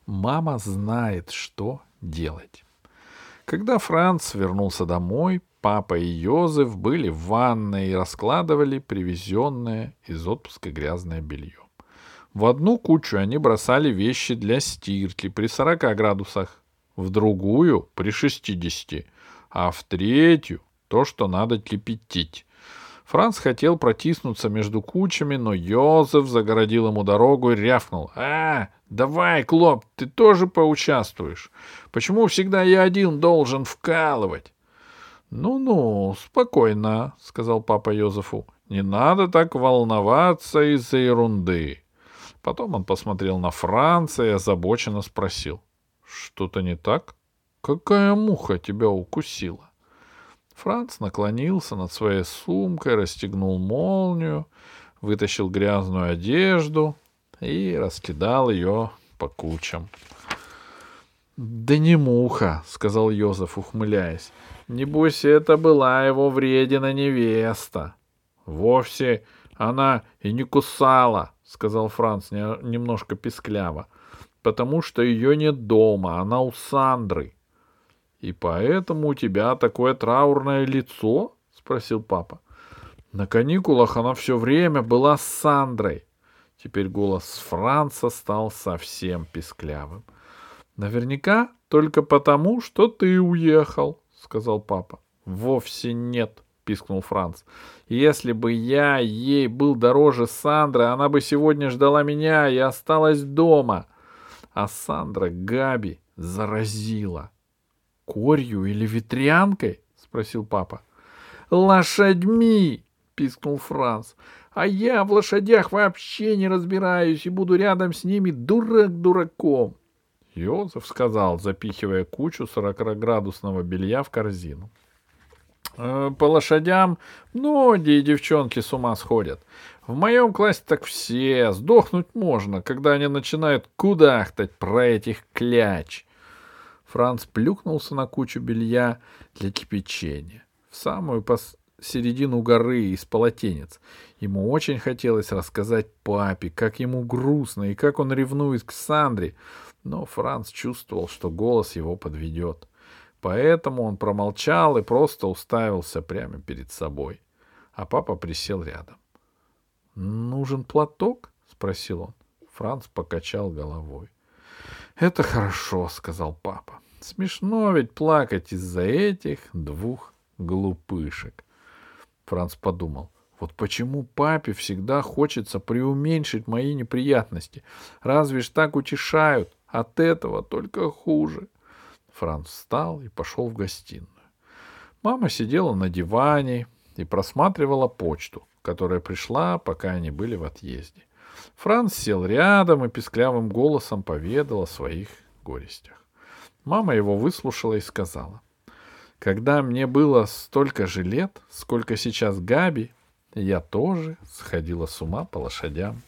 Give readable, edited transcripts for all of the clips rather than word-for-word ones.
Мама знает, что делать. Когда Франц вернулся домой, папа и Йозеф были в ванной и раскладывали привезенное из отпуска грязное белье. В одну кучу они бросали вещи для стирки при 40 градусах, в другую — при 60, а в третью — то, что надо кипятить. Франц хотел протиснуться между кучами, но Йозеф загородил ему дорогу и рявкнул: давай, Клоп, ты тоже поучаствуешь. Почему всегда я один должен вкалывать?» «Ну-ну, спокойно», — сказал папа Йозефу. «Не надо так волноваться из-за ерунды». Потом он посмотрел на Франца и озабоченно спросил: «Что-то не так? Какая муха тебя укусила?» Франц наклонился над своей сумкой, расстегнул молнию, вытащил грязную одежду и раскидал ее по кучам. «Да не муха», — сказал Йозеф, ухмыляясь. «Небось, это была его вредина невеста». «Вовсе она и не кусала», — сказал Франц немножко пискляво, «потому что ее нет дома, она у Сандры». «И поэтому у тебя такое траурное лицо?» — спросил папа. «На каникулах она все время была с Сандрой». Теперь голос Франца стал совсем писклявым. «Наверняка только потому, что ты уехал», — сказал папа. «Вовсе нет», — пискнул Франц. «Если бы я ей был дороже Сандры, она бы сегодня ждала меня и осталась дома. А Сандра Габи заразила». «Корью или ветрянкой?» — спросил папа. «Лошадьми!» — пискнул Франц. «А я в лошадях вообще не разбираюсь и буду рядом с ними дурак дураком». Йозеф сказал, запихивая кучу 40-градусного белья в корзину. По лошадям многие девчонки с ума сходят. В моем классе так все. Сдохнуть можно, когда они начинают кудахтать про этих кляч». Франц плюхнулся на кучу белья для кипячения, в самую середину горы из полотенец. Ему очень хотелось рассказать папе, как ему грустно и как он ревнует к Сандре, но Франц чувствовал, что голос его подведет. Поэтому он промолчал и просто уставился прямо перед собой. А папа присел рядом. «Нужен платок?» — спросил он. Франц покачал головой. «Это хорошо», — сказал папа. «Смешно ведь плакать из-за этих двух глупышек». Франц подумал: вот почему папе всегда хочется преуменьшить мои неприятности. Разве ж так утешают? От этого только хуже. Франц встал и пошел в гостиную. Мама сидела на диване и просматривала почту, которая пришла, пока они были в отъезде. Франц сел рядом и писклявым голосом поведал о своих горестях. Мама его выслушала и сказала: «Когда мне было столько же лет, сколько сейчас Габи, я тоже сходила с ума по лошадям.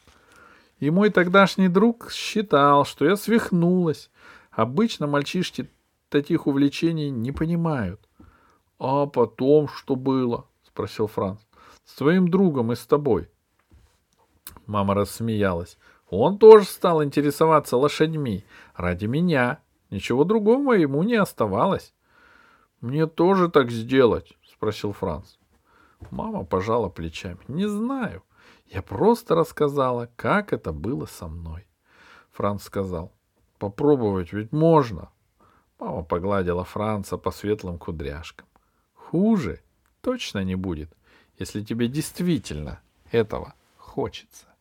И мой тогдашний друг считал, что я свихнулась. Обычно мальчишки таких увлечений не понимают». «А потом что было?» — спросил Франц. «С твоим другом и с тобой». Мама рассмеялась. «Он тоже стал интересоваться лошадьми. Ради меня. Ничего другого ему не оставалось». «Мне тоже так сделать?» — спросил Франц. Мама пожала плечами. «Не знаю. Я просто рассказала, как это было со мной». Франц сказал: «Попробовать ведь можно». Мама погладила Франца по светлым кудряшкам. «Хуже точно не будет, если тебе действительно этого хочется».